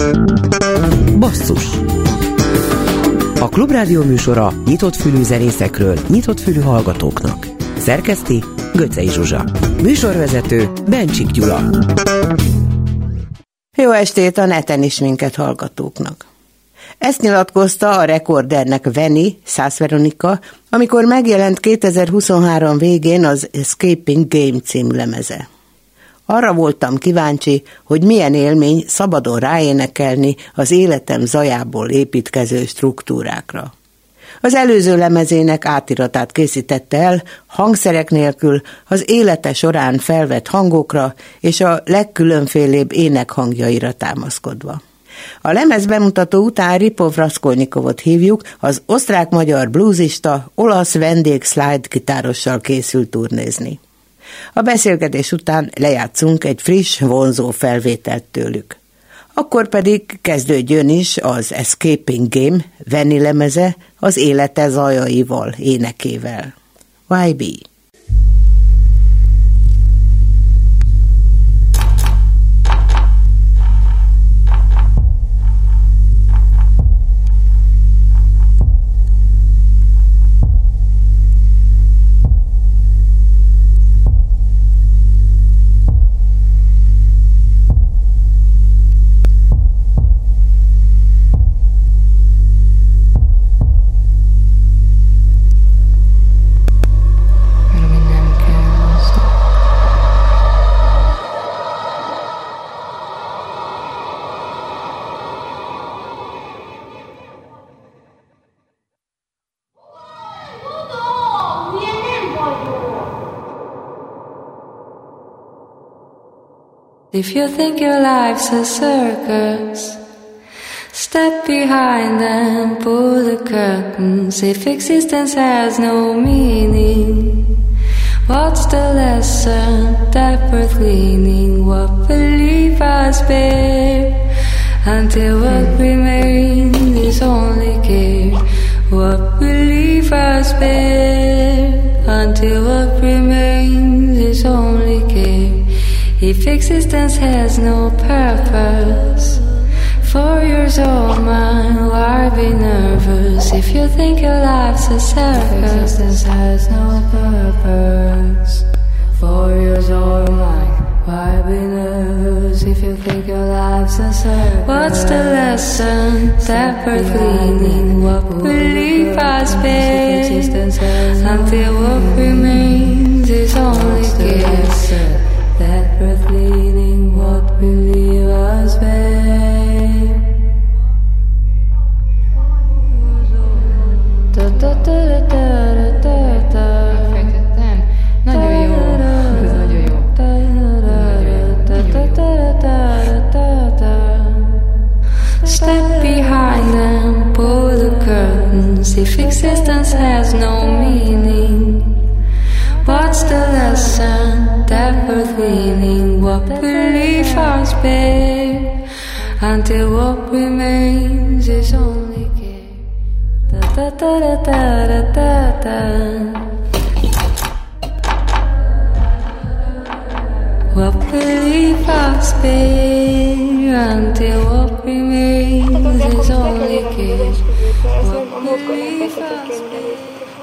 Basszus. A Klubrádió műsora nyitott fülű zenészekről, nyitott fülű hallgatóknak. Szerkeszti Göcsei Zsuzsa. Műsorvezető Bencsik Gyula. Jó estét a neten is minket hallgatóknak. Ezt nyilatkozta a Rekordernek Veni, Szász Veronika, amikor megjelent 2023 végén az Escaping Game című lemeze. Arra voltam kíváncsi, hogy milyen élmény szabadon ráénekelni az életem zajából építkező struktúrákra. Az előző lemezének átiratát készítette el, hangszerek nélkül, az élete során felvett hangokra és a legkülönfélébb énekhangjaira támaszkodva. A lemez bemutató után Ripov Raskolnikovot hívjuk, az osztrák-magyar bluesista, olasz vendég slide gitárossal készült turnézni. A beszélgetés után lejátszunk egy friss, vonzó felvételt tőlük. Akkor pedig kezdődjön is az Escaping Game Veni lemeze az élete zajaival, énekével. YB. If you think your life's a circus, step behind and pull the curtains. If existence has no meaning, what's the lesson that worth leaning? What belief us bear until what remains is only care? What belief us bear until what remains is only care? If existence has no purpose, for yours or mine, why be nervous? If you think your life's a circus, existence has no purpose, for yours or mine, why be nervous? If you think your life's a circus, what's the lesson that worth leaning? What belief I spare until what remains is only care? That breath leading, what believe us bear. Perfekten. Nagyon jó. Ez nagyon jó. Step behind them, pull the curtains. If existence has no meaning, what's the lesson that worth leaning? What belief I spare until what remains is only care. Da da da da da da da. What belief I spare until what remains is only care. What belief I spare.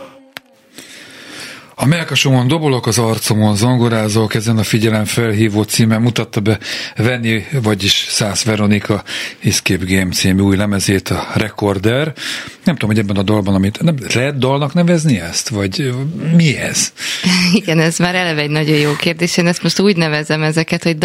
A melkasomon dobolok, az arcomon zongorázok, ezen a figyelemfelhívó címen mutatta be Veni, vagyis Szász Veronika Escape Game című új lemezét, a Rekorder. Nem tudom, hogy ebben a dalban, amit lehet dalnak nevezni ezt? Vagy mi ez? Igen, ez már eleve egy nagyon jó kérdés. Én ezt most úgy nevezem ezeket, hogy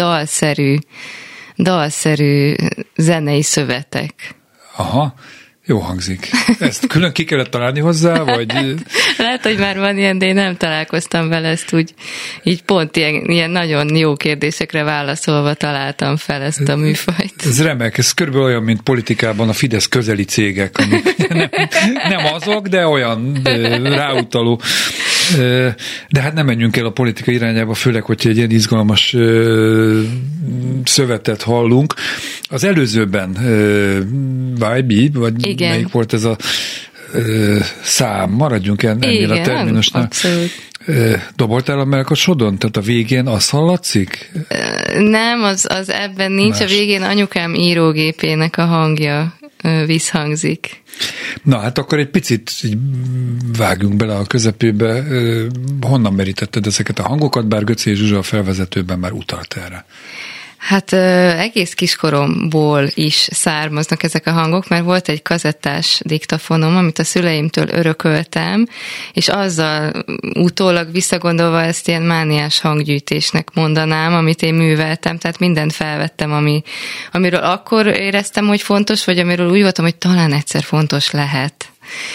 dalszerű zenei szövetek. Aha. Jó hangzik. Ezt külön ki kellett találni hozzá, vagy... Lehet, hogy már van ilyen, de én nem találkoztam vele, ezt úgy, így pont ilyen nagyon jó kérdésekre válaszolva találtam fel ezt a műfajt. Ez remek, ez körülbelül olyan, mint politikában a Fidesz közeli cégek, amik nem azok, de olyan ráutaló. De hát nem menjünk el a politika irányába, főleg, hogyha egy ilyen izgalmas szövetet hallunk. Az előzőben YB, vagy igen. Melyik volt ez a szám? Maradjunk ennél a terminusnál. Abszolút. Doboltál a melkasodon? Tehát a végén azt hallatszik? Nem, az ebben nincs. Más. A végén anyukám írógépének a hangja visszhangzik. Na, hát akkor egy picit vágjunk bele a közepébe. Honnan merítetted ezeket a hangokat, bár Götzei Zsuzsa a felvezetőben már utalt erre? Hát egész kiskoromból is származnak ezek a hangok, mert volt egy kazettás diktafonom, amit a szüleimtől örököltem, és azzal utólag visszagondolva ezt ilyen mániás hanggyűjtésnek mondanám, amit én műveltem, tehát mindent felvettem, amiről akkor éreztem, hogy fontos, vagy amiről úgy voltam, hogy talán egyszer fontos lehet.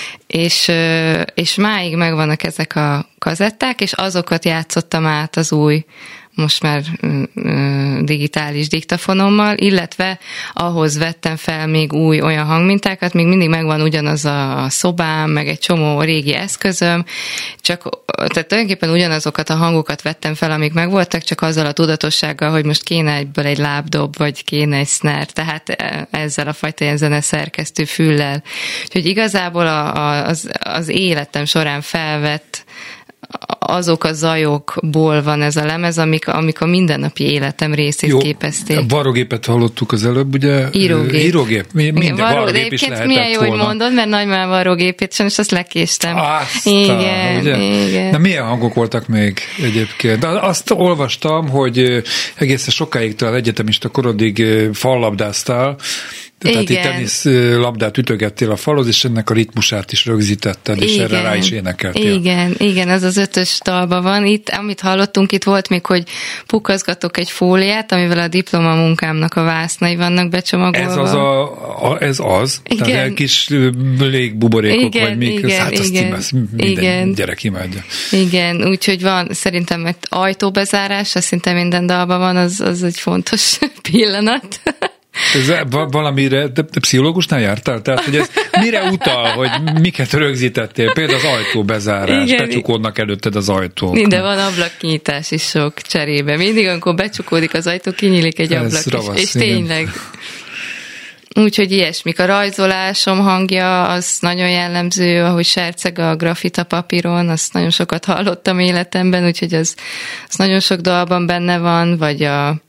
És máig megvannak ezek a kazetták, és azokat játszottam át az új, most már digitális diktafonommal, illetve ahhoz vettem fel még új olyan hangmintákat, még mindig megvan ugyanaz a szobám, meg egy csomó régi eszközöm, tehát tulajdonképpen ugyanazokat a hangokat vettem fel, amik megvoltak, csak azzal a tudatossággal, hogy most kéne egyből egy lábdob, vagy kéne egy snare, tehát ezzel a fajta ilyen zeneszerkesztő füllel. Úgyhogy igazából az életem során felvett azok a zajokból van ez a lemez, amik a mindennapi életem részét képezték. Varrógépet hallottuk az előbb, ugye? Írógép. Minden varrógép is lehetett milyen jó, volna. hogy mondod, mert nagymamám varrógépét, sajnos azt lekéstem. Igen. Na milyen hangok voltak még egyébként? Azt olvastam, hogy egészen sokáig, talán egyetemista korodig fallabdáztál, tehát itt teniszlabdát ütögettél a falhoz, és ennek a ritmusát is rögzítetted, és erre rá is énekeltél. Igen, ez az 5-ös dalban van. Itt, amit hallottunk, itt volt még, hogy pukazgatok egy fóliát, amivel a diplomamunkámnak a vásznai vannak becsomagolva. Ez az. Igen. Tehát kis légbuborékok, vagy mik. Ezt minden gyerek imádja. Igen, úgyhogy van, szerintem egy ajtóbezárás, azt szinte minden dalban van, az egy fontos pillanat. Ez valamire, de pszichológusnál jártál? Tehát, hogy ez mire utal, hogy miket rögzítettél? Például az ajtóbezárás, becsukódnak előtted az ajtók. De van ablaknyitás is sok cserébe. Mindig, amikor becsukódik az ajtó, kinyílik egy ablak is. És tényleg. Úgyhogy ilyesmik. A rajzolásom hangja, az nagyon jellemző, ahogy serceg a grafita papíron, azt nagyon sokat hallottam életemben, úgyhogy az nagyon sok dalban benne van, vagy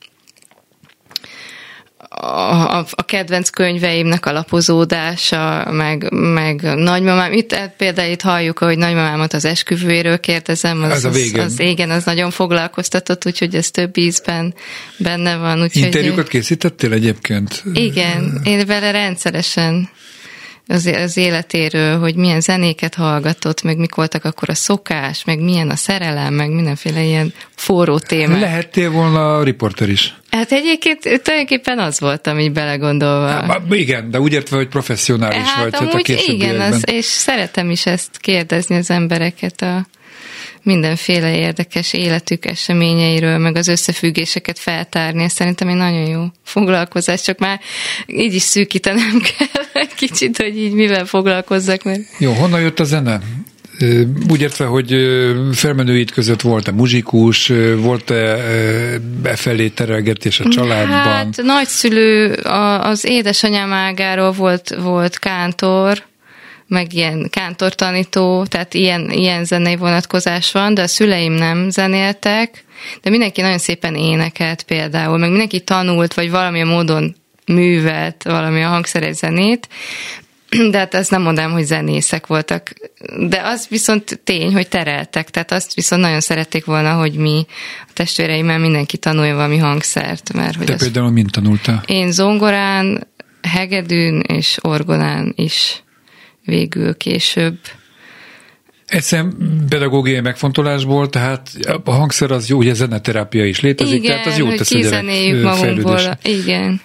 a kedvenc könyveimnek a lapozódása, meg nagymamám, például itt halljuk, hogy nagymamámat az esküvőjéről kérdezem, az nagyon foglalkoztatott, úgyhogy ez több ízben benne van. Interjúkat készítettél egyébként? Igen, én vele rendszeresen az életéről, hogy milyen zenéket hallgatott, meg mik voltak akkor a szokás, meg milyen a szerelem, meg mindenféle ilyen forró témák. Lehettél volna riporter is. Hát egyébként tulajdonképpen az voltam így belegondolva. Igen, de úgy értve, hogy professzionális vagy. Hát amúgy igen, és szeretem is ezt kérdezni az embereket a mindenféle érdekes életük eseményeiről, meg az összefüggéseket feltárni. Ez szerintem egy nagyon jó foglalkozás, csak már így is szűkítenem kell egy kicsit, hogy így mivel foglalkozzak. Mert... Jó, honnan jött a zene? Úgy értve, hogy felmenőid között volt-e muzsikus, volt-e befelé terelgetés a családban? Hát nagyszülő, az édesanyám ágáról volt kántor, meg ilyen kántortanító, tehát ilyen zenei vonatkozás van, de a szüleim nem zenéltek, de mindenki nagyon szépen énekelt például, meg mindenki tanult, vagy valamilyen módon művelt valamilyen hangszeres zenét, de hát azt nem mondanám, hogy zenészek voltak. De az viszont tény, hogy tereltek, tehát azt viszont nagyon szerették volna, hogy mi a testvéreimmel mindenki tanulja valami hangszert. Mert, te például mint tanultál? Én zongorán, hegedűn és orgonán is végül később. Egyszerűen pedagógiai megfontolásból, tehát a hangszer az jó, ugye zeneterápia is létezik, igen, tehát az jó tesz a gyerek magunkból. Igen.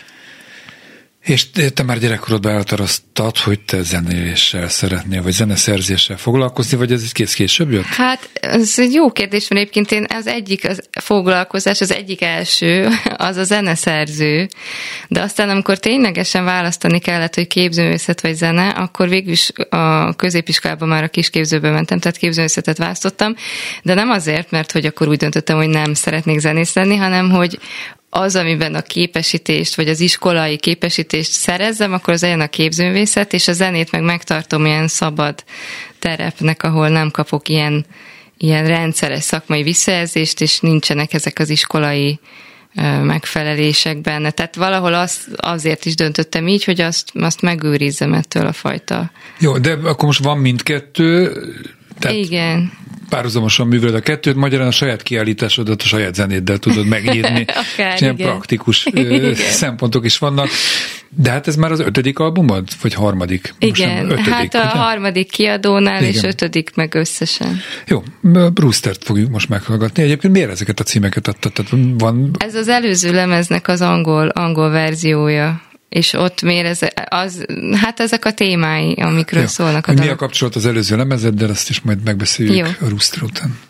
És te már gyerekkorodban elhatároztad, hogy te zenéléssel szeretnél, vagy zeneszerzéssel foglalkozni, vagy ez egy később jött? Hát ez egy jó kérdés, mert egyébként én az foglalkozás, az egyik első, az a zeneszerző, de aztán amikor ténylegesen választani kellett, hogy képzőművészet vagy zene, akkor végül is a középiskolában már a kisképzőbe mentem, tehát képzőművészetet választottam, de nem azért, mert hogy akkor úgy döntöttem, hogy nem szeretnék zenész lenni, hanem hogy az, amiben a képesítést, vagy az iskolai képesítést szerezzem, akkor az legyen a képzőművészet, és a zenét meg megtartom ilyen szabad terepnek, ahol nem kapok ilyen rendszeres szakmai visszajelzést, és nincsenek ezek az iskolai megfelelések benne. Tehát valahol azért is döntöttem így, hogy azt megőrizzem ettől a fajta. Jó, de akkor most van mindkettő, tehát igen. Párhuzamosan műveled a kettőt, magyarán a saját kiállításodat a saját zenéddel tudod megnyitni. Akár, és ilyen praktikus szempontok is vannak. De hát ez már az 5. albumod? Vagy 3? Igen, 5. hát a 3. kiadónál, igen. És 5. meg összesen. Jó, Brewstert fogjuk most meghallgatni. Egyébként miért ezeket a címeket adtad? Tehát van... Ez az előző lemeznek az angol verziója. És ott miért hát ezek a témái, amikről szólnak a dalok. dalok. Mi a kapcsolat az előző lemezeddel, azt is majd megbeszéljük a Rooster után.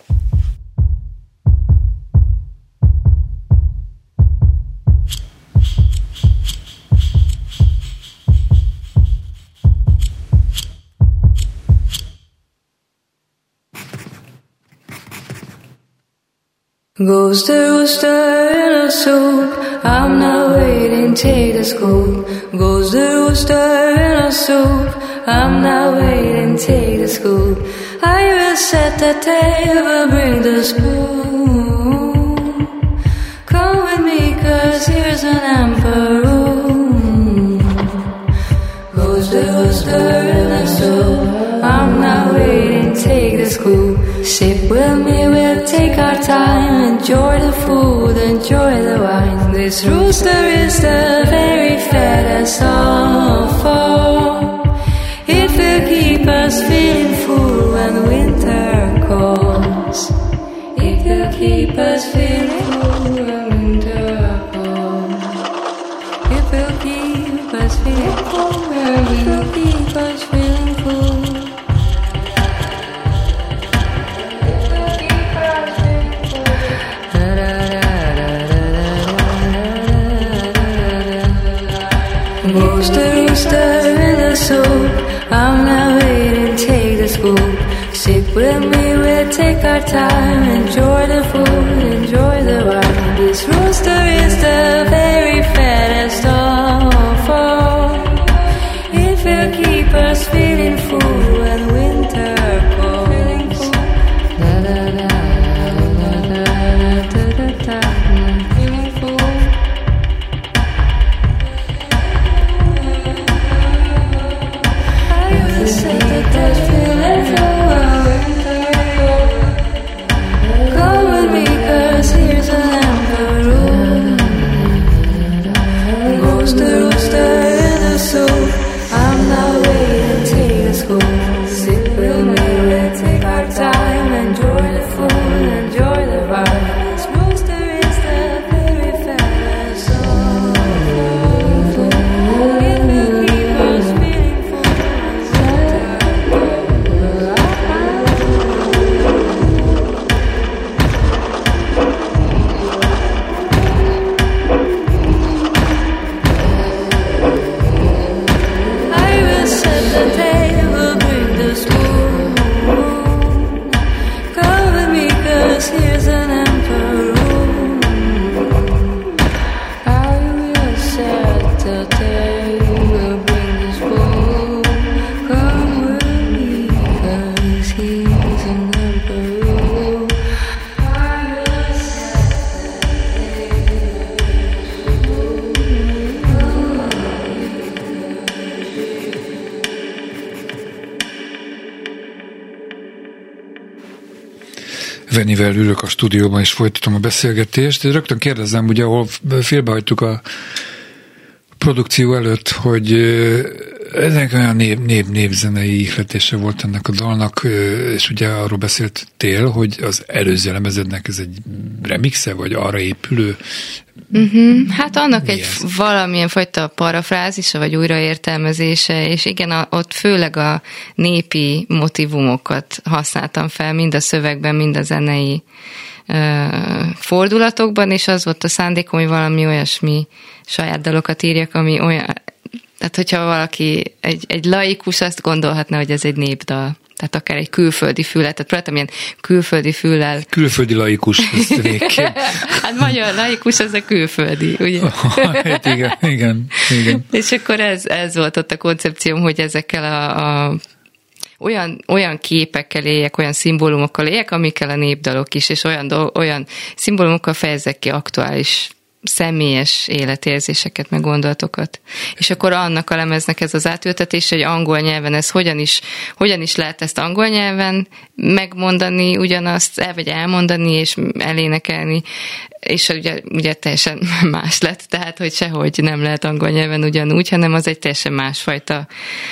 Goes the rooster in a soup, I'm not waiting, take the scoop. Goes the rooster in a soup, I'm not waiting, take the scoop. I will set the table, bring the spoon. Come with me, 'cause here's an ample room. Goes the rooster in a soup, I'm not waiting, take the scoop. Sip with me, we'll take our time. Enjoy the food, enjoy the wine. This rooster is the very fattest of all. It will keep us feeling full when winter comes. It will keep us feeling full when winter comes. It will keep us feeling full when it will keep us feeling full. Goes the rooster in the soup, I'm not waiting, take the scoop. Sit with me, we'll take our time. Enjoy the food, enjoy the wine. This rooster is the very fattest of all. It will keep us feeling full when winter comes. Da da da da da da da da. Feeling full. Come with me, 'cause here's an ample room. Goes the rooster in the soup, I'm not waiting, take a scoop. Sit with me, we'll take our time. Enjoy the food, enjoy the wine. This rooster is the very fattest of all. It will keep us feeling full. Here's an ample room. I will set the table, bring the spoon. Come with me, 'cause here's an ample room. I will set the Venivel ülök a stúdióban, és folytatom a beszélgetést. De rögtön kérdezem, ugye, ahol félbehagytuk a produkció előtt, hogy ennek olyan népzenei ihletése volt ennek a dalnak, és ugye arról beszéltél, hogy az előző lemezednek ez egy remixe, vagy arra épülő. Hát annak egy valamilyen fajta parafrázisa, vagy újraértelmezése, és igen, ott főleg a népi motivumokat használtam fel, mind a szövegben, mind a zenei fordulatokban, és az volt a szándékom, hogy valami olyasmi saját dalokat írjak, ami olyan, tehát hogyha valaki, egy laikus azt gondolhatna, hogy ez egy népdal. Tehát akár egy külföldi füllel, tehát próbáltam ilyen külföldi füllel. Külföldi laikus, ezt végképp. Hát magyar laikus, az a külföldi, ugye? Hát igen. És akkor ez volt ott a koncepcióm, hogy ezekkel olyan képekkel éljek, olyan szimbólumokkal éljek, amikkel a népdalok is, és olyan szimbólumokkal fejezzek ki aktuális személyes életérzéseket, meg gondolatokat. És akkor annak a lemeznek ez az átültetés, hogy angol nyelven ez hogyan is lehet ezt angol nyelven megmondani, ugyanazt vagy elmondani, és elénekelni, és ugye teljesen más lett, tehát, hogy sehogy nem lehet angol nyelven ugyanúgy, hanem az egy teljesen másfajta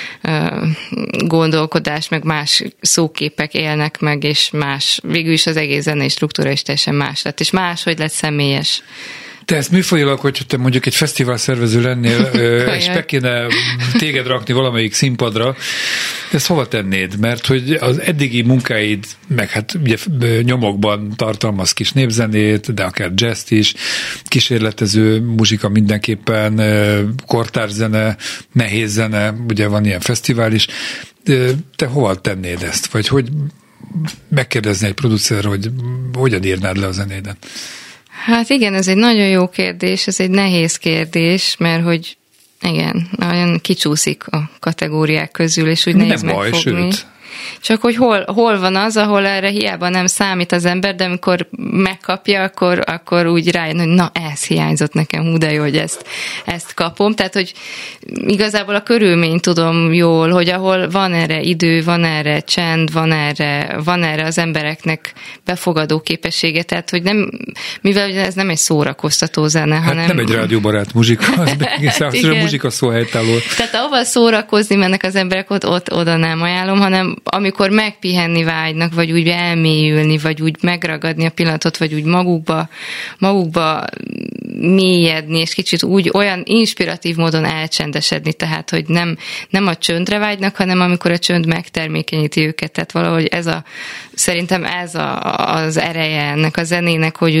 gondolkodás, meg más szóképek élnek meg, és más, végül is az egész zenei struktúra is teljesen más lett, és máshogy lett személyes. Te ezt műfajilag, hogy te mondjuk egy fesztivál szervező lennél, és be kéne téged rakni valamelyik színpadra, ezt hova tennéd? Mert hogy az eddigi munkáid, meg hát ugye nyomokban tartalmaz kis népzenét, de akár jazzt is, kísérletező muzsika mindenképpen, kortárzene, nehéz zene, ugye van ilyen fesztivál is. Te hova tennéd ezt? Vagy hogy megkérdezni egy producer, hogy hogyan írnád le a zenédet? Hát igen, ez egy nagyon jó kérdés, ez egy nehéz kérdés, mert hogy igen, olyan kicsúszik a kategóriák közül, és úgy nehéz megfogni. Nem baj, sőt. Csak hogy hol van az, ahol erre hiába nem számít az ember, de amikor megkapja, akkor úgy rájön, hogy na, ez hiányzott nekem, hú de jó, hogy ezt kapom. Tehát, hogy igazából a körülményt tudom jól, hogy ahol van erre idő, van erre csend, van erre az embereknek befogadó képessége, tehát, hogy nem, mivel ez nem egy szórakoztató zene, hát hanem... nem egy rádióbarát muzsika, hát muzsika szó helytálló. Tehát ahol szórakozni mennek az emberek, ott oda nem ajánlom, hanem amikor megpihenni vágynak, vagy úgy elmélyülni, vagy úgy megragadni a pillanatot, vagy úgy magukba mélyedni, és kicsit úgy olyan inspiratív módon elcsendesedni, tehát, hogy nem a csöndre vágynak, hanem amikor a csönd megtermékenyíti őket, tehát valahogy szerintem ez az ereje ennek a zenének, hogy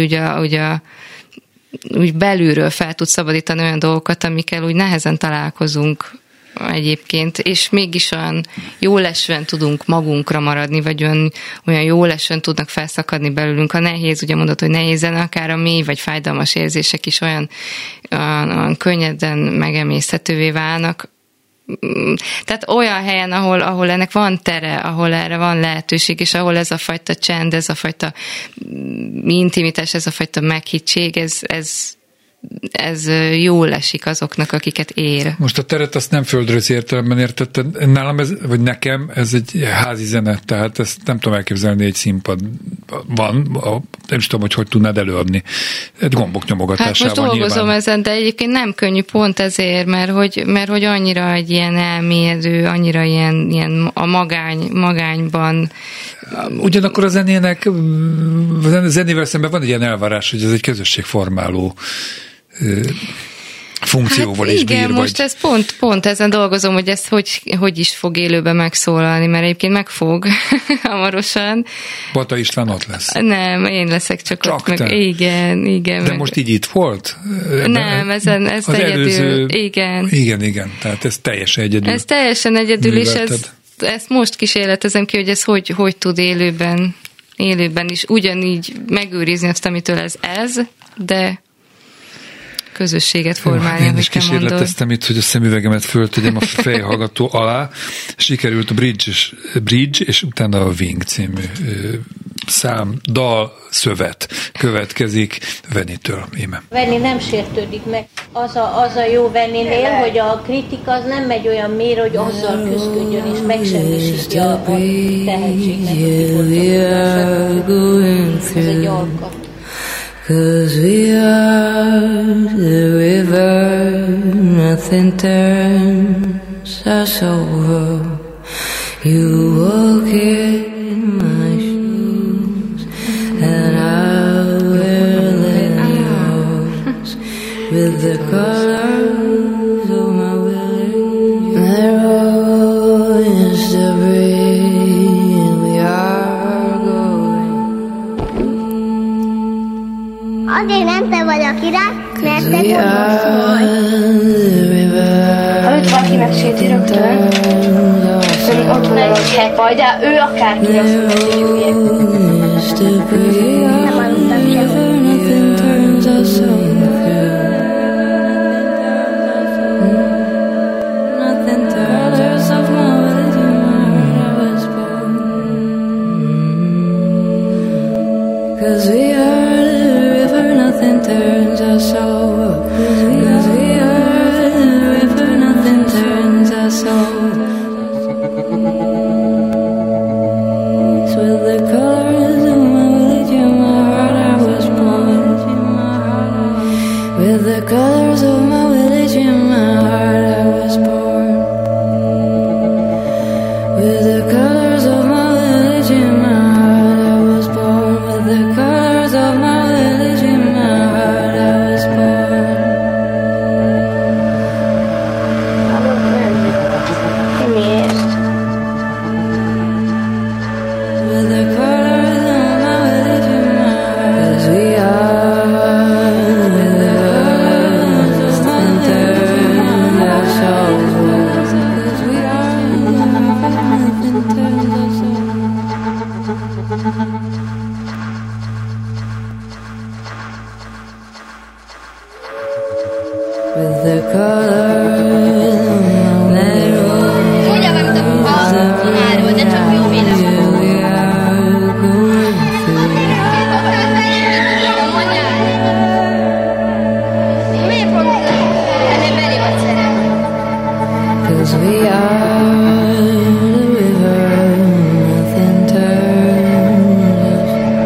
úgy belülről fel tud szabadítani olyan dolgokat, amikkel úgy nehezen találkozunk egyébként, és mégis olyan jól esően tudunk magunkra maradni, vagy olyan jól esően tudnak felszakadni belőlünk. A nehéz, ugye mondod, hogy nehéz zene, akár a mély vagy fájdalmas érzések is olyan könnyeden megemészhetővé válnak. Tehát olyan helyen, ahol ennek van tere, ahol erre van lehetőség, és ahol ez a fajta csend, ez a fajta intimitás, ez a fajta meghittség, ez jól esik azoknak, akiket ér. Most a teret azt nem földrajzi értelemben értetted. Nálam vagy nekem ez egy házi zene, tehát ezt nem tudom elképzelni, egy színpad van, nem is tudom, hogy tudnád előadni. Egy gombok nyomogatásával. Hát most dolgozom ezen, de egyébként nem könnyű pont ezért, mert hogy annyira egy ilyen elmélyedő, annyira ilyen a magányban. Ugyanakkor a zenével szemben van egy ilyen elvárás, hogy ez egy közösségformáló funkcióval hát is igen, bír. Most ez pont ezen dolgozom, hogy ez hogy is fog élőben megszólalni, mert egyébként meg fog hamarosan. Bata István ott lesz. Nem, én leszek csak ott. Te? Igen. De most így itt volt? Nem, ez egyedül. Előző... Igen. Igen. Tehát ez teljesen egyedül. Ez teljesen egyedül, és ezt most kísérletezem ki, hogy ez hogy tud élőben is ugyanígy megőrizni azt, amitől ez, de közösséget formálni, én is kísérleteztem itt, hogy a szemüvegemet föltegyem a fejhallgató alá. Sikerült a Bridge, és utána a Wing című dal szövet következik Venitől. Íme. Venni nem sértődik meg. Az a jó Venninél, hogy a kritika az nem megy olyan mélyre, hogy azzal küzdködjön és megsemmisíti a tehetségnek a kibontakozását. Ez egy alkat. 'Cause we are the river, nothing turns us over. You walk in my shoes, and I will in yours, with the colors of my willing. Narrow is the bridge we are going. Azért nem te vagy a király, mert te gonosz vagy. Ha őt valaki megsérti rögtön, pedig ott van egy hely, de ő akárki azt mondja, hogy hülye. Nem aludtam sem. 'cause we are the river, nothing turns.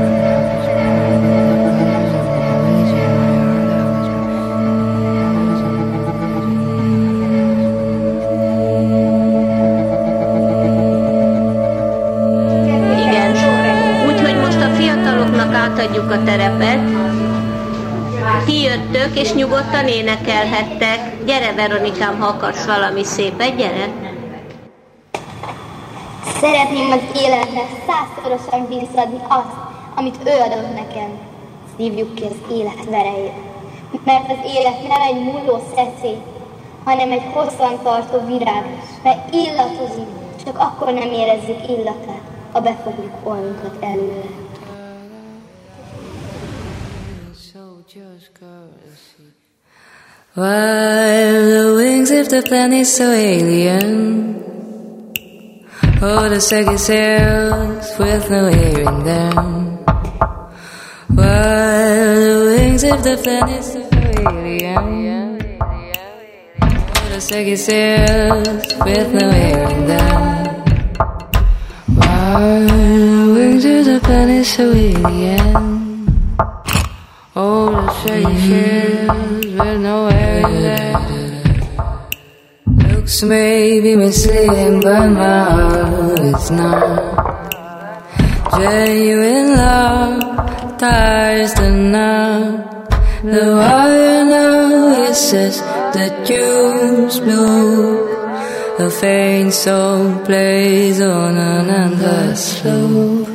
Igen. Úgyhogy most a fiataloknak átadjuk a terepet. Kijöttök, és nyugodtan énekelhettek. Gyere, Veronikám, ha akarsz valami szépet, gyere. Szeretném az életre 100-szorosan visszadni azt, amit ő adott nekem. Szívjuk ki az élet verejét. Mert az élet nem egy múló szeszély, hanem egy hosszan tartó virág, mely illatozik, csak akkor nem érezzük illatát, ha befogjuk orrunkat előre. While the wings of the planet so alien, oh, the saggy sails with no air in them. While the wings of the planet so alien, oh, the saggy sails with no air in them. While the wings of the planet so alien, oh, the shaggy sails with no air in them. Looks may be misleading, but my heart is not. Genuine love ties the knot. The wire now hisses, the tunes blow. A faint song plays on an endless slope.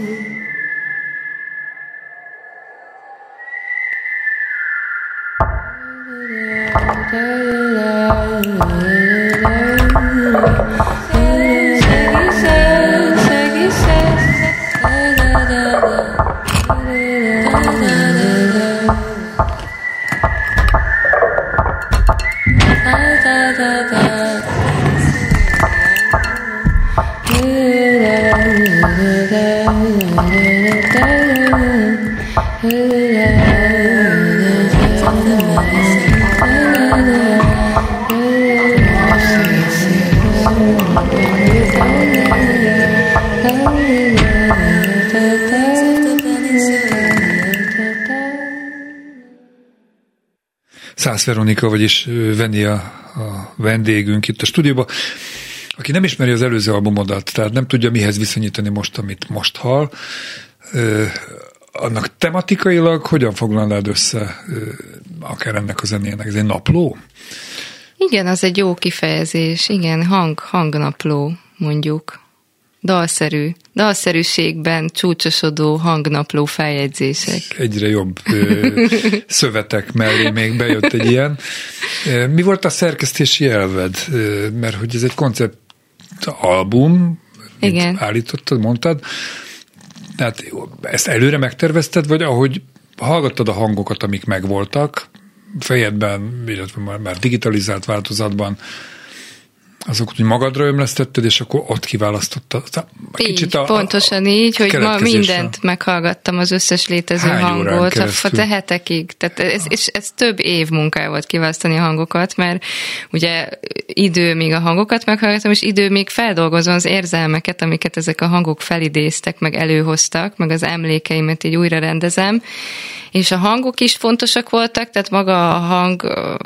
Szász Veronika, vagyis Veni a vendégünk itt a stúdióban, aki nem ismeri az előző albumodat, tehát nem tudja mihez viszonyítani most, amit most hall. Annak tematikailag hogyan foglalnád össze akár ennek a zenének? Ez egy napló? Igen, az egy jó kifejezés. Igen, hangnapló, mondjuk. Dalszerűségben csúcsosodó hangnapló feljegyzések. Egyre jobb szövetek mellé még bejött egy ilyen. Mi volt a szerkesztési elved? Mert hogy ez egy konceptalbum, igen, állítottad, mondtad. Tehát ezt előre megtervezted, vagy ahogy hallgattad a hangokat, amik megvoltak, fejedben, illetve már digitalizált változatban, azokat, hogy magadra ömlesztetted, és akkor ott kiválasztottad. Így, pontosan így, hogy ma mindent meghallgattam, az összes létező hangot, a hetekig. Tehát ez több év munkája volt kiválasztani a hangokat, mert ugye idő még a hangokat meghallgattam, és idő még feldolgozom az érzelmeket, amiket ezek a hangok felidéztek, meg előhoztak, meg az emlékeimet így újra rendezem, és a hangok is fontosak voltak, tehát maga a hang,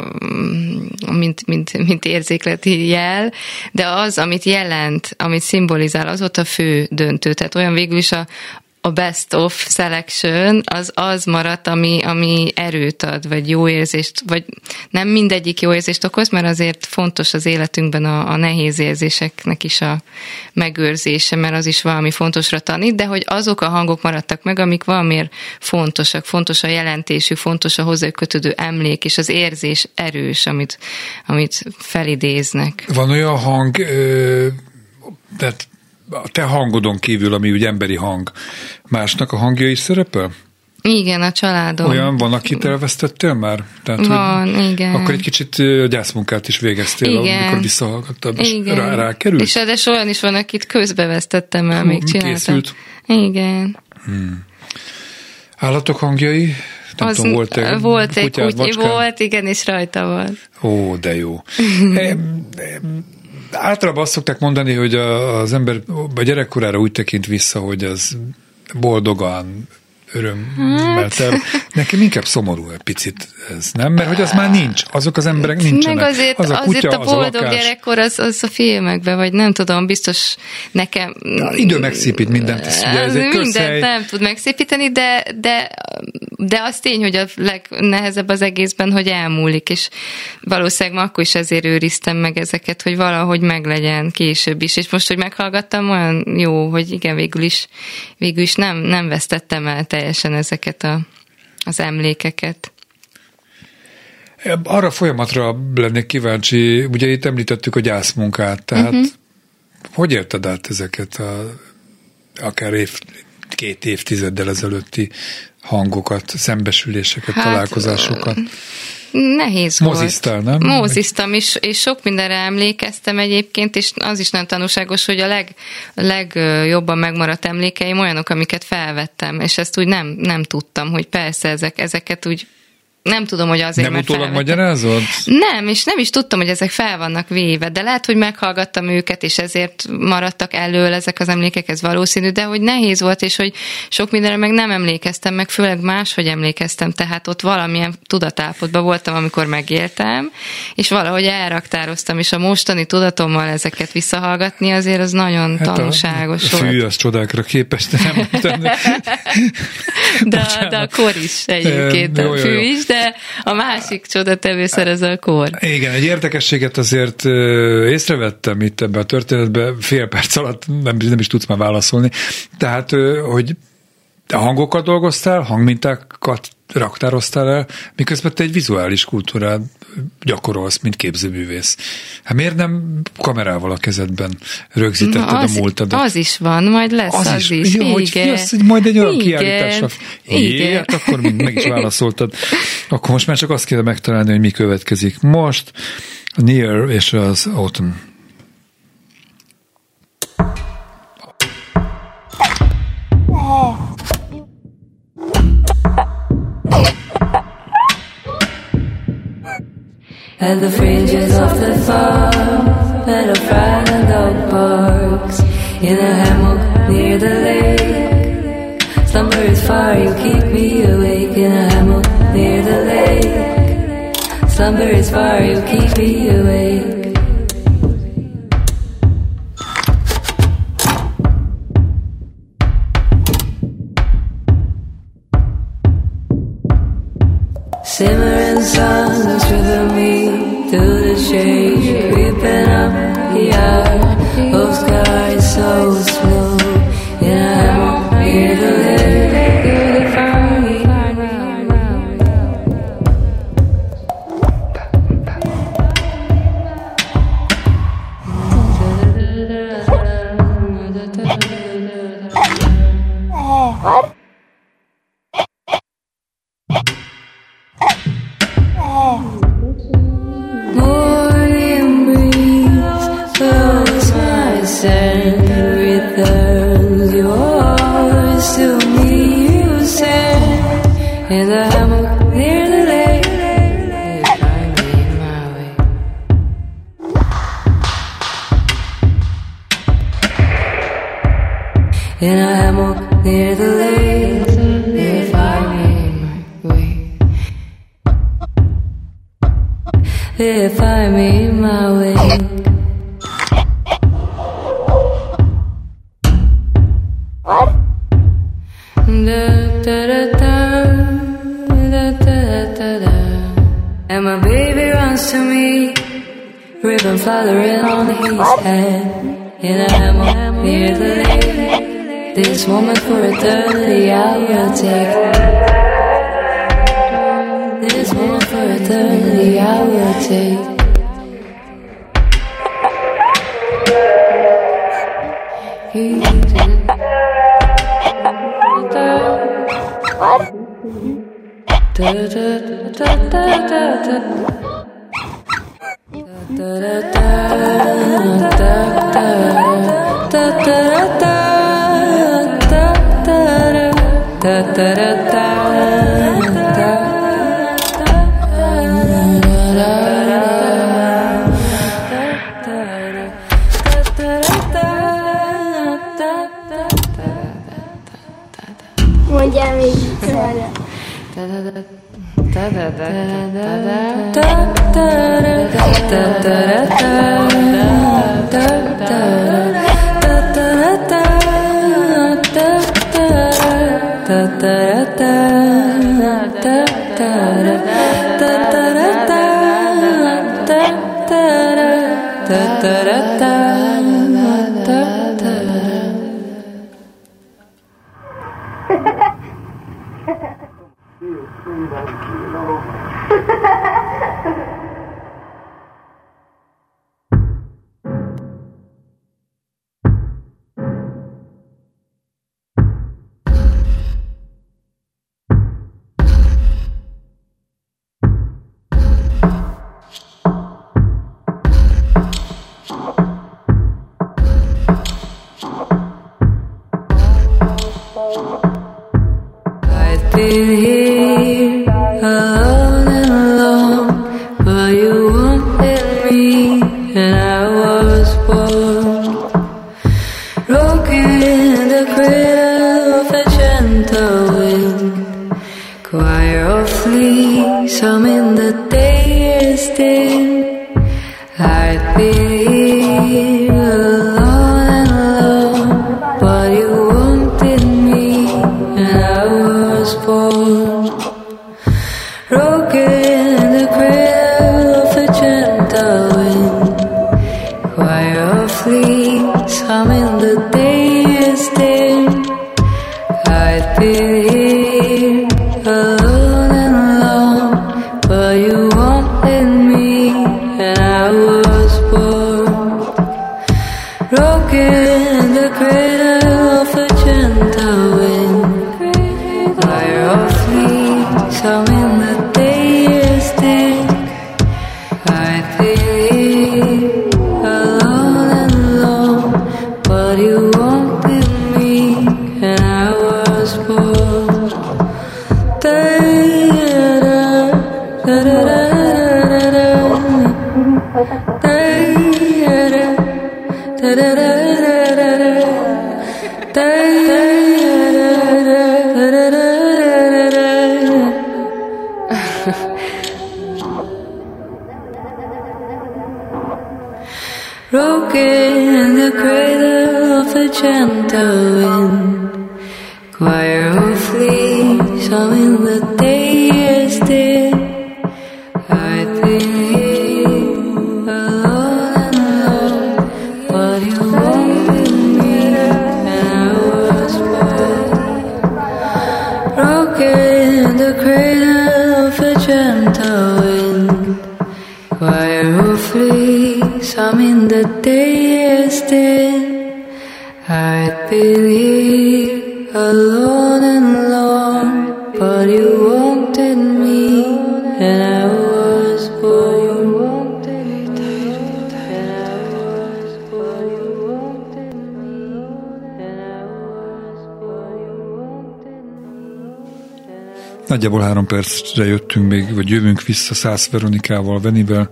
mint érzékleti jel, de az, amit jelent, amit szimbolizál, az ott a fő döntő. Tehát olyan végül is a best of selection, az maradt, ami erőt ad, vagy jó érzést, vagy nem mindegyik jó érzést okoz, mert azért fontos az életünkben a nehéz érzéseknek is a megőrzése, mert az is valami fontosra tanít, de hogy azok a hangok maradtak meg, amik valamiért fontosak, fontos a jelentésük, fontos a hozzájuk kötődő emlék, és az érzés erős, amit felidéznek. Van olyan hang, tehát a te hangodon kívül, ami úgy emberi hang, másnak a hangja is szerepel? Igen, a családom. Olyan van, akit elvesztettél már? Tehát, van, igen. Akkor egy kicsit gyászmunkát is végeztél, amikor visszahallgattad, és rákerült? És ráadásul olyan is van, akit közbevesztettem el, még csináltam. Készült? Igen. Állatok hangjai? Nem tudom, volt egy kutya, volt, igen, és rajta volt. Ó, de jó. Általában azt szokták mondani, hogy az ember a gyerekkorára úgy tekint vissza, hogy az boldogan, örömmel. Nekem inkább szomorú egy picit ez, nem? Mert hogy az már nincs. Azok az emberek nincsenek. Meg azért, az a kutya, azért a boldog az a gyerekkor az a filmekben, vagy nem tudom, biztos nekem... Idő megszépít mindent. Ez egy mindent nem tud megszépíteni, de az tény, hogy a legnehezebb az egészben, hogy elmúlik, és valószínűleg ma akkor is ezért őriztem meg ezeket, hogy valahogy meglegyen később is. És most, hogy meghallgattam, olyan jó, hogy igen, végül is nem vesztettem el teljesen ezeket az emlékeket. Arra folyamatra lennék kíváncsi, ugye itt említettük a gyászmunkát, tehát hogy érted át ezeket akár 2 évtizeddel ezelőtti hangokat, szembesüléseket, találkozásokat? Nehéz volt. Moziztál, nem? Moziztam, és sok mindenre emlékeztem egyébként, és az is nagyon tanúságos, hogy a legjobban megmaradt emlékeim olyanok, amiket felvettem, és ezt úgy nem tudtam, hogy persze ezeket úgy nem tudom, hogy azért, nem utólag magyarázod? Nem, és nem is tudtam, hogy ezek fel vannak véve, de lehet, hogy meghallgattam őket, és ezért maradtak elől ezek az emlékek, ez valószínű, de hogy nehéz volt, és hogy sok mindenre meg nem emlékeztem, meg főleg máshogy emlékeztem, tehát ott valamilyen tudatállapotban voltam, amikor megéltem, és valahogy elraktároztam, és a mostani tudatommal ezeket visszahallgatni, azért az nagyon tanúságos volt. A fű az csodákra képes, de nem tenni. De a kor is egyébként, a fű is, de a másik csodatevőszer ez a kor. Igen, egy érdekességet azért észrevettem itt ebben a történetben, fél perc alatt nem is tudsz már válaszolni. Tehát, hogy a hangokkal dolgoztál, hangmintákat raktároztál el, miközben te egy vizuális kultúrát gyakorolsz, mint képzőművész. Hát miért nem kamerával a kezedben rögzítetted a múltadat? Az is van, majd lesz az is. Jó, hogy jössz majd egy olyan kiállításra. Igen. Hát akkor meg is válaszoltad. Akkor most már csak azt kéne megtalálni, hogy mi következik. Most a Near és az Autumn. At the fringes of the farm, at a fried dog barks, in a hammock near the lake. Slumber is far, you keep me awake, in a hammock near the lake. Slumber is far, you keep me awake. Simmering sun through me, through the shade, creeping up the yard of sky so slow. In a hammock near the lake, you find me. What? Morning breeze fills my sand, returns yours to me, you said, in the hammock near the lake, if I made my way. In a hammock near the lake, if I made my way. If I made my way. What? And my baby runs to me, ribbon fluttering on his head. In a hammock near the lake, this moment for eternity I will take. This moment for eternity I will take. What? Nagyjából 3 percre jöttünk még, vagy jövünk vissza Szász Veronikával, Venivel,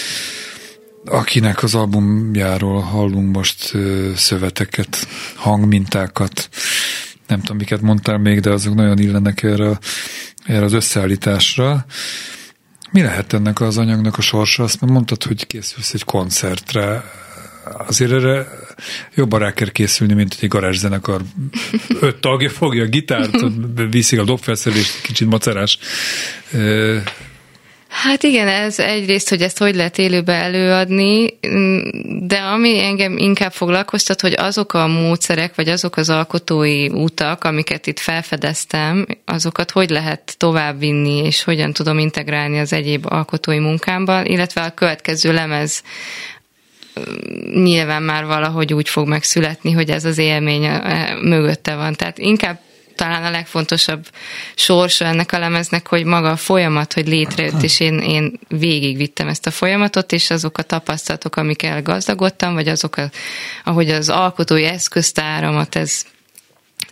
akinek az albumjáról hallunk most szöveteket, hangmintákat, nem tudom, miket mondtál még, de azok nagyon illenek erre az összeállításra. Mi lehet ennek az anyagnak a sorsa? Azt mondtad, hogy készülsz egy koncertre. Azért erre jobban rá kell készülni, mint egy garázszenekar 5 tagja fogja a gitárt, viszik a dobfelszerelést, kicsit macerás. Hát igen, ez egyrészt, hogy ezt hogy lehet élőbe előadni, de ami engem inkább foglalkoztat, hogy azok a módszerek, vagy azok az alkotói utak, amiket itt felfedeztem, azokat hogy lehet továbbvinni, és hogyan tudom integrálni az egyéb alkotói munkámban, illetve a következő lemez nyilván már valahogy úgy fog megszületni, hogy ez az élmény mögötte van. Tehát inkább talán a legfontosabb sorsa ennek a lemeznek, hogy maga a folyamat, hogy létrejött, és én végigvittem ezt a folyamatot, és azok a tapasztalatok, amikkel gazdagodtam, vagy azok, ahogy az alkotói eszköztáramat ez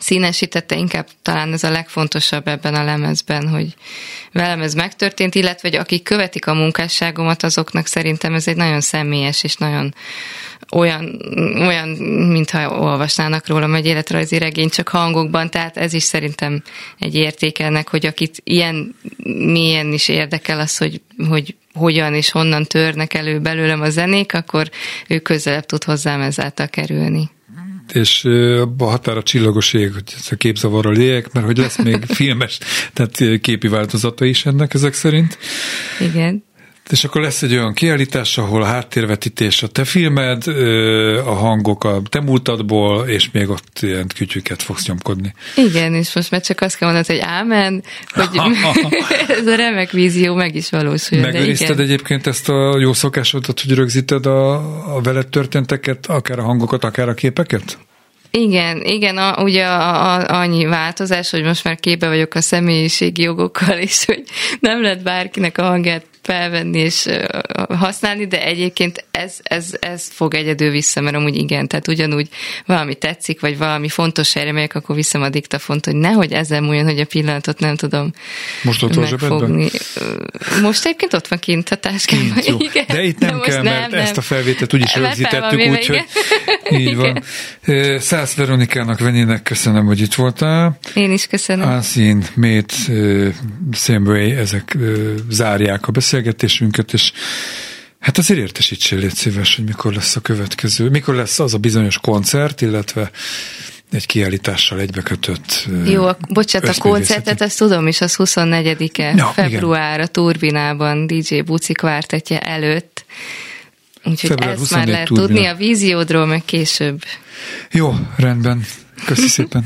színesítette, inkább talán ez a legfontosabb ebben a lemezben, hogy velem ez megtörtént, illetve hogy akik követik a munkásságomat, azoknak szerintem ez egy nagyon személyes és nagyon olyan, mintha olvasnának rólam egy életrajzi regényt, csak hangokban, tehát ez is szerintem egy érték ennek, hogy akit ilyen mélyen is érdekel az, hogy hogyan és honnan törnek elő belőlem a zenék, akkor ő közelebb tud hozzám ezáltal kerülni. És a határa csillagos ég, hogy ez a képzavarral éljek, mert hogy lesz még filmes, tehát képi változata is ennek ezek szerint. Igen. És akkor lesz egy olyan kiállítás, ahol a háttérvetítés a te filmed, a hangok a te múltadból, és még ott ilyen kütyüket fogsz nyomkodni. Igen, és most már csak azt kell mondani, hogy ámen, hogy ez a remek vízió meg is valósul. Megőrizted egyébként ezt a jó szokásodat, hogy rögzíted a veled történteket, akár a hangokat, akár a képeket? Igen, ugye annyi változás, hogy most már képbe vagyok a személyiségi jogokkal, és hogy nem lehet bárkinek a hangját felvenni és használni, de egyébként ez fog egyedül vissza, mert amúgy igen, tehát ugyanúgy valami tetszik, vagy valami fontos helyre megyek, akkor viszem a diktafont, hogy nehogy ezzel múljon, hogy a pillanatot nem tudom most ott megfogni. Most egyébként ott van kint a táskában. Igen. De itt nem kell, mert ezt a felvételt úgyis rögzítettük, úgyhogy így van. Szász Veronikának, Venének köszönöm, hogy itt voltál. Én is köszönöm. Ansin, Mate, Same Way, ezek zárják a beszélgetésünket, és hát azért értesítsél, légy szíves, hogy mikor lesz a következő, mikor lesz az a bizonyos koncert, illetve egy kiállítással egybekötött. Jó, bocsánat, a koncertet, ezt tudom is, az 24-e február a Turbinában, DJ Buci kvártetje előtt. Úgyhogy február ezt már lehet Turbina. Tudni a víziódról, meg később. Jó, rendben. Köszi szépen.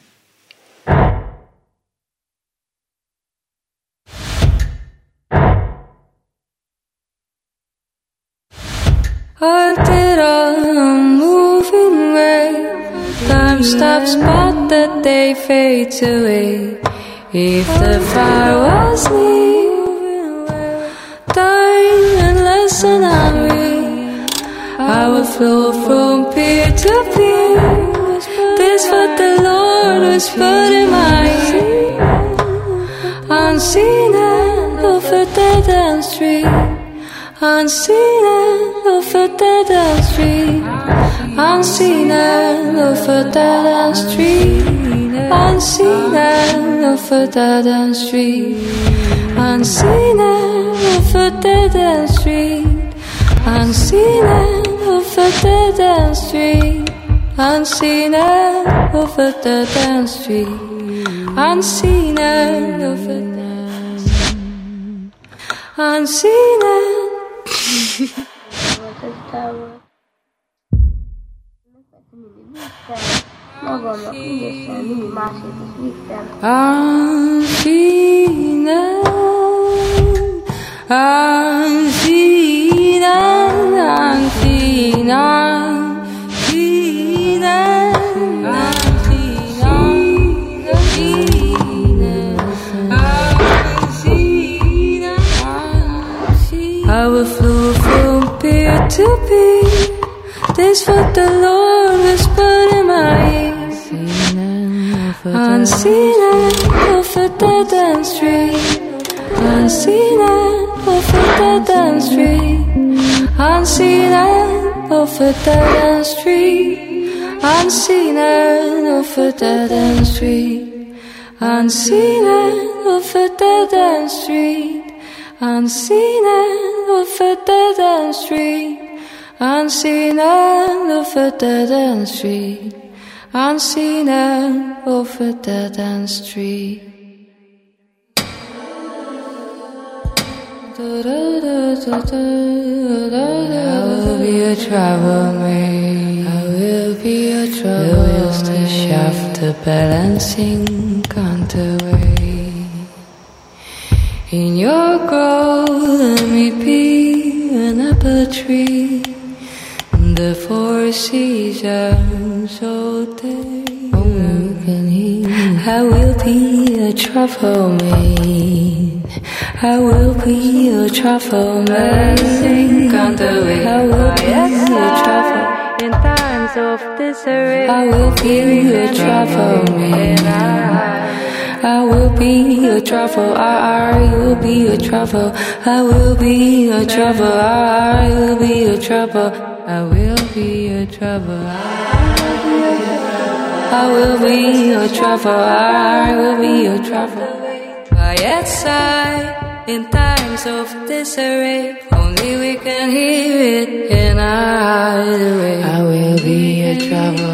Until I'm moving away, time stops but the day fades away. If the fire was me, dying unless and hungry, I would flow from peer to peer. This what the Lord was put in my ear. Unseen and over dead end street. Unseen and over dead end street. Unseen and over dead end street. Unseen and over dead end street. Unseen and over dead end street. Unseen and over dead end street. Unseen and over dead end street. Unseen and over dead. Unseen and magamnak ügyesen, mindig másért is vittem. I will flow from peer to peer. This what the Lord has put in my ears. Unseen and over dead end street. Unseen and over dead end street. Unseen and over dead end street. Unseen and over dead end street. Unseen and over dead end street. Unseen and over dead end street. Unseen and over dead end street. Unseen and over dead end street. I will be a travel maid. I will be a travel maid. The wheels to shaft, the balancing counterweight. In your grove, let me be an apple tree. The four seasons all day. I will be a truffle maid. I will be a truffle maid. I will be a truffle. In times of this disarray. I will be your trouble, I will be your trouble, I will be your trouble, I will be your trouble, I will be your trouble, I will be your trouble, I will be your trouble, I will be your trouble. By your side in times of disarray, only we can hear it in our hideaway. I will be your trouble,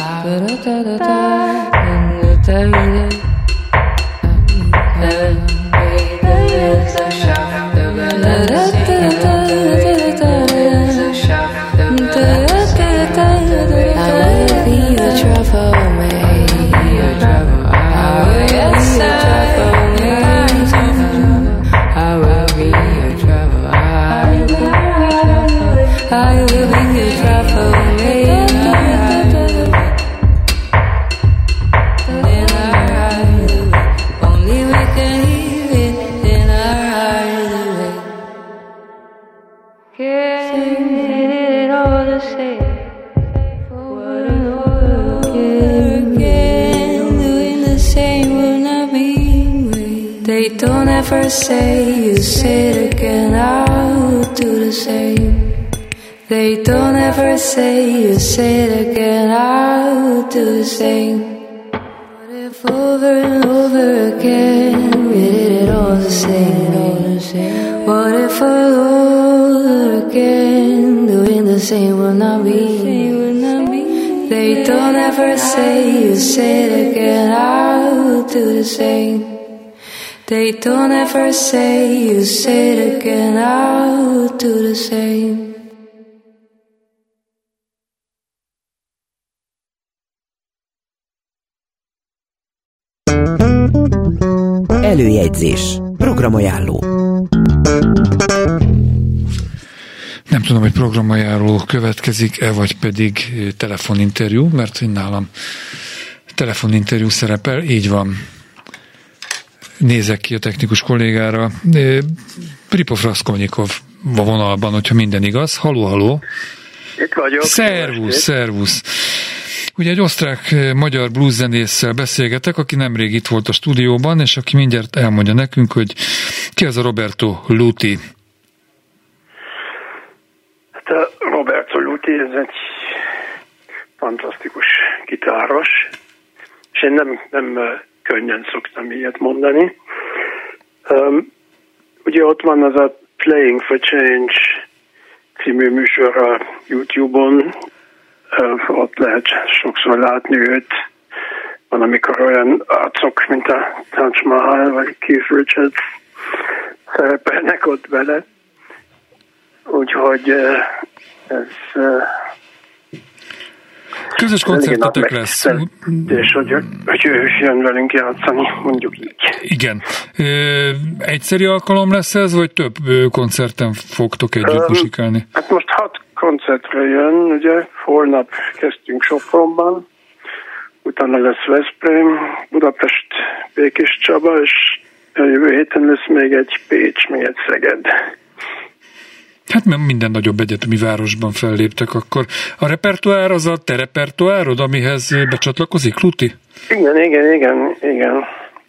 never say you say it again, I'll do the same. They don't ever say you say it again, I'll do the same. What if over and over again we did it all the same? What if all over again doing the same will not be? They don't ever say you say it again, I'll do the same. They don't ever say you say it again, I'll do the same. Előjegyzés. Programajánló. Nem tudom, hogy programajánló következik-e, vagy pedig telefoninterjú, mert nálam telefoninterjú szerepel, így van. Nézek ki a technikus kollégára. Pripov Raskolnikov a vonalban, hogyha minden igaz. Halló. Itt vagyok. Szervusz. Ugye egy osztrák-magyar blueszenésszel beszélgetek, aki nemrég itt volt a stúdióban, és aki mindjárt elmondja nekünk, hogy ki az a Roberto Luti. Hát a Roberto Luti, ez egy fantasztikus gitáros, és én nem könnyen szoktam ilyet mondani. Ugye ott van az a Playing for Change című műsor a YouTube-on, ott lehet sokszor látni őt. Van, amikor olyan arcok, mint a Taj Mahal vagy Keith Richards szerepelnek ott bele. Úgyhogy ez közös koncertetek lesz. És hogy ő jön velünk játszani, mondjuk így. Igen. Egyszeri alkalom lesz ez, vagy több koncerten fogtok együtt muzsikálni? Hát most 6 koncertre jön, ugye, holnap kezdtünk Sopronban, utána lesz Veszprém, Budapest, Békés Csaba, és jövő héten lesz még egy Pécs, még egy Szeged. Hát minden nagyobb egyetemi városban felléptek, akkor a repertoár az a te repertoárod, amihez becsatlakozik, Luti? Igen.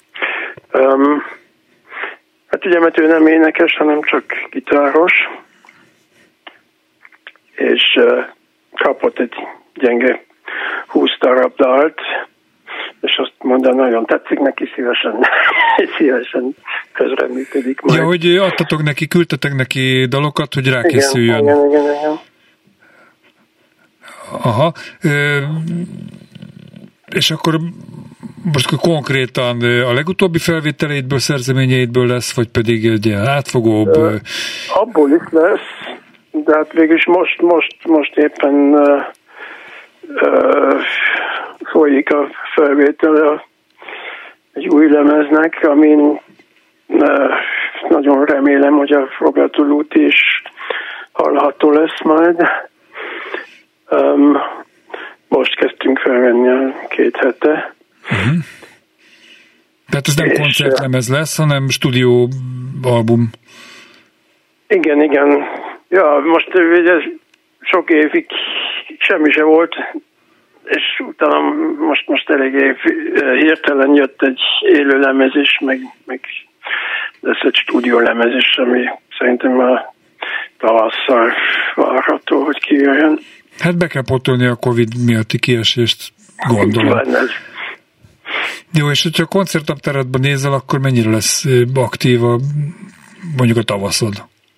Hát ugye, mert ő nem énekes, hanem csak gitáros, és kapott egy gyenge 20 darab dalt, és azt mondta, nagyon tetszik neki, szívesen közreműködik majd. Ja, hogy adtatok neki, küldtetek neki dalokat, hogy rákészüljön. Igen. Aha. És akkor most konkrétan a legutóbbi felvételeidből, szerzeményeidből lesz, vagy pedig egy ilyen átfogóbb? Abból is lesz, de hát végülis most éppen folyik a felvétele egy új lemeznek, amin nagyon remélem, hogy a Roberto Luti is hallható lesz majd. Most kezdtünk felvenni 2 hete. Uh-huh. Tehát ez nem koncertlemez lesz, hanem stúdióalbum. Igen. Ja, most ugye sok évig semmi se volt és utána most eléggé hirtelen jött egy élő lemez is, meg lesz egy stúdió lemez is, ami szerintem már tavasszal várható, hogy kijöjjön. Hát be kell pótolni a Covid miatti kiesést, gondolom. Jó, és hogyha koncertnaptáradban nézel, akkor mennyire lesz aktív mondjuk a tavaszod?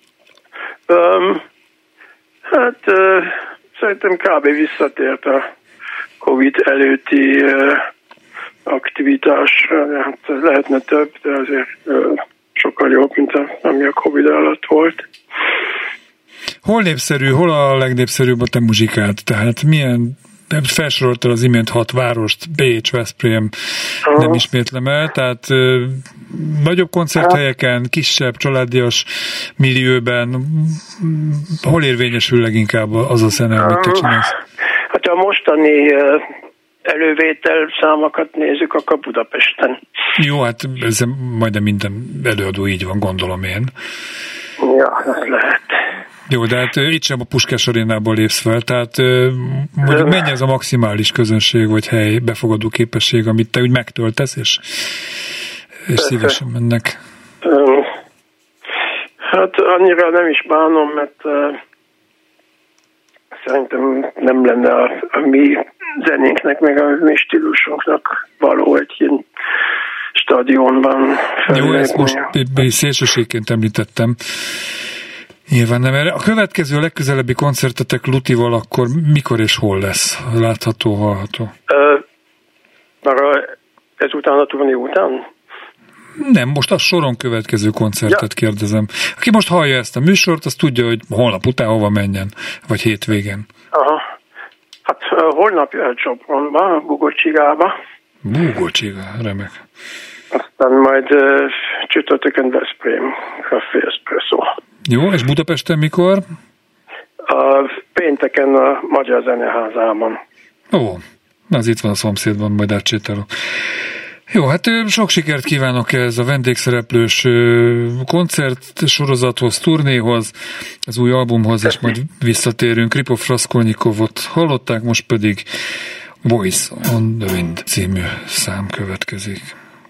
Szerintem kb. Visszatért a Covid előtti aktivitás. Hát lehetne több, de azért sokkal jobb, mint ami a Covid alatt volt. Hol népszerű, hol a legnépszerűbb a te muzsikád? Tehát milyen, felsoroltál az imént 6 várost, Bécs, Veszprém, nem ismétlem el, tehát nagyobb koncerthelyeken, kisebb, családias millióben, hol érvényesül leginkább az a zene, amit te csinálsz? Hát a mostani elővétel számokat nézzük, akkor Budapesten. Jó, hát ez majdnem minden előadó így van, gondolom én. Ja, ez lehet. Jó, de hát itt sem a Puskás Arénából lépsz fel, tehát mondjuk mennyi az a maximális közönség vagy hely, befogadó képesség, amit te úgy megtöltesz, és szívesen mennek? Hát annyira nem is bánom, mert szerintem nem lenne a mi zenénknek, meg a mi stílusunknak való egy ilyen stadionban. Jó, ezt most szélsőségként említettem. Nyilván nem erre. A következő, a legközelebbi koncertetek Lutival akkor mikor és hol lesz? Látható, hallható? Ezután a turné után? Nem, most a soron következő koncertet kérdezem. Aki most hallja ezt a műsort, az tudja, hogy holnap után hova menjen, vagy hétvégén. Aha. Hát holnap jöhet Sopronba, Bugocsigába. Bugocsigá, remek. Aztán majd csütörtökön Veszprém, Café Espresso. Jó, és Budapesten mikor? Pénteken a Magyar Zeneházában. Ó, az itt van a szomszédban, majd átsétálok. Jó, hát sok sikert kívánok ez a vendégszereplős koncertsorozathoz, turnéhoz, az új albumhoz, és majd visszatérünk. Kripov Raskolnikovot hallották, most pedig Voice on the Wind című szám következik.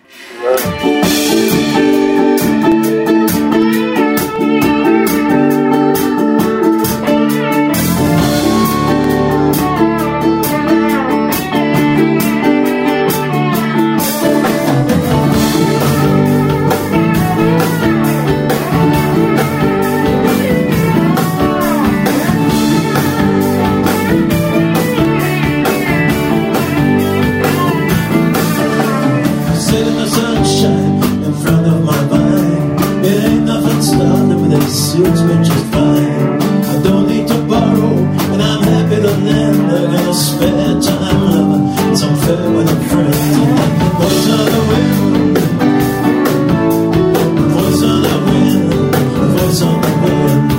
Suits me just fine. I don't need to borrow, and I'm happy to lend. I got a spare time lover, some fair with a friend. Voice on the wind, voice on the wind, voice on the wind.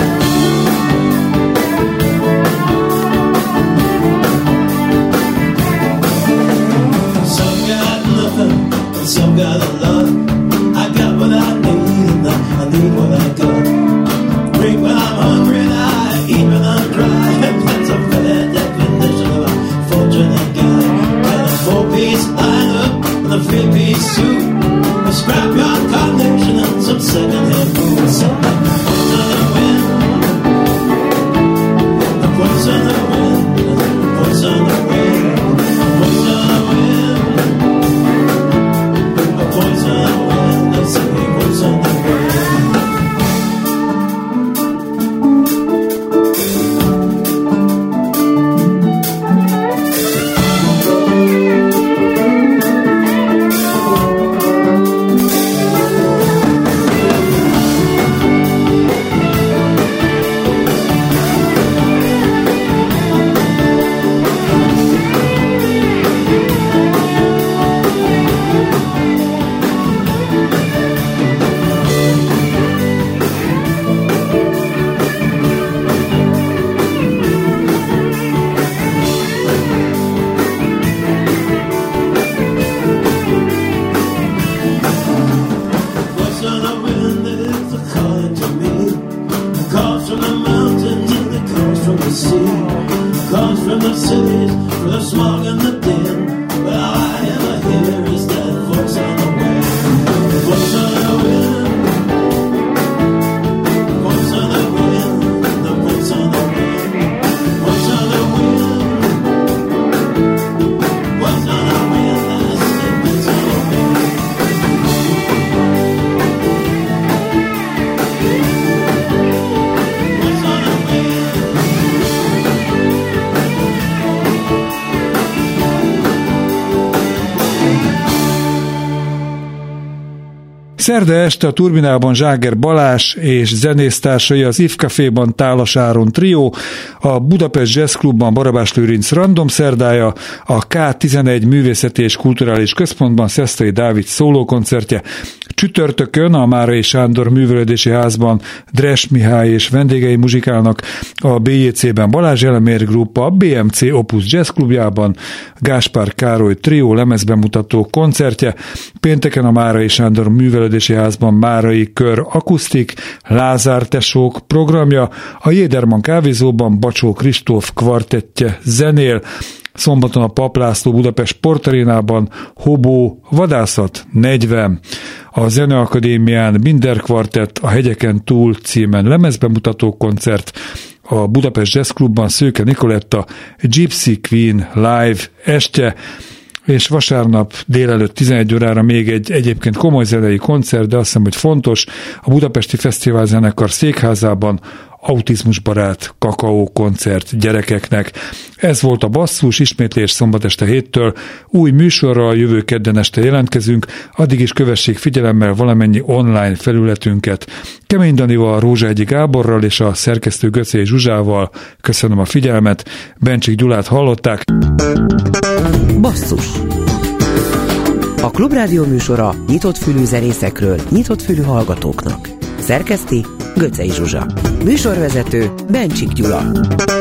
Some got nothing, and some got a lot. I got what I need, and I need what I got. Drink when I'm hungry and I eat when I'm dry. That's a fair definition of a fortunate guy. Got a 4-piece lineup and a 3-piece suit, a scrapyard combination and some second-hand food. Some voice on the wind, the voice on the wind, the voice on the wind, the voice on the wind, the voice on the wind. Let's see, voice on the wind. Comes from the cities, from the smog in the den, but all I ever hear is that voice on the wind. Voice on the wind. Voice on the wind. The voice on the wind. Voice on the wind. Voice on the wind. I said voice on the wind. Voice on the wind. Szerda este a Turbinában Zságer Balázs és zenésztársai, az If Caféban Tálas Áron trió, a Budapest Jazz Clubban Barabás Lőrinc random szerdája, a K11 Művészeti és Kulturális Központban Szesztrai Dávid szólókoncertje, csütörtökön a Márai Sándor Művelődési Házban Dres Mihály és vendégei muzsikálnak, a BJC-ben Balázs Elemér Group, a BMC Opus Jazz Klubjában Gáspár Károly trió lemezbemutató koncertje, pénteken a Márai Sándor Művelődési Házban Márai Kör akusztik, Lázár tesók programja, a Jéderman kávézóban Bacsó Kristóf kvartettje zenél, szombaton a Pap László Budapest Sportarénában Hobó Vadászat 40. A Zeneakadémián Binder Kvartett a Hegyeken túl címen lemezbemutató koncert, a Budapest Jazz Clubban Szőke Nikoletta Gypsy Queen live estje, és vasárnap délelőtt 11 órára még egy egyébként komoly zenei koncert, de azt hiszem, hogy fontos, a Budapesti Fesztiválzenekar székházában autizmusbarát kakaó koncert gyerekeknek. Ez volt a Basszus, ismétlés szombat este 7-től. Új műsorral jövő kedden este jelentkezünk, addig is kövessék figyelemmel valamennyi online felületünket. Kemény Danival, Rózságyi Gáborral és a szerkesztő Göcei Zsuzsával köszönöm a figyelmet. Bencsik Gyulát hallották. Basszus. A Klubrádió műsora nyitott fülű zenészekről, nyitott fülű hallgatóknak. Szerkeszti Göcei Zsuzsa. Műsorvezető Bencsik Gyula.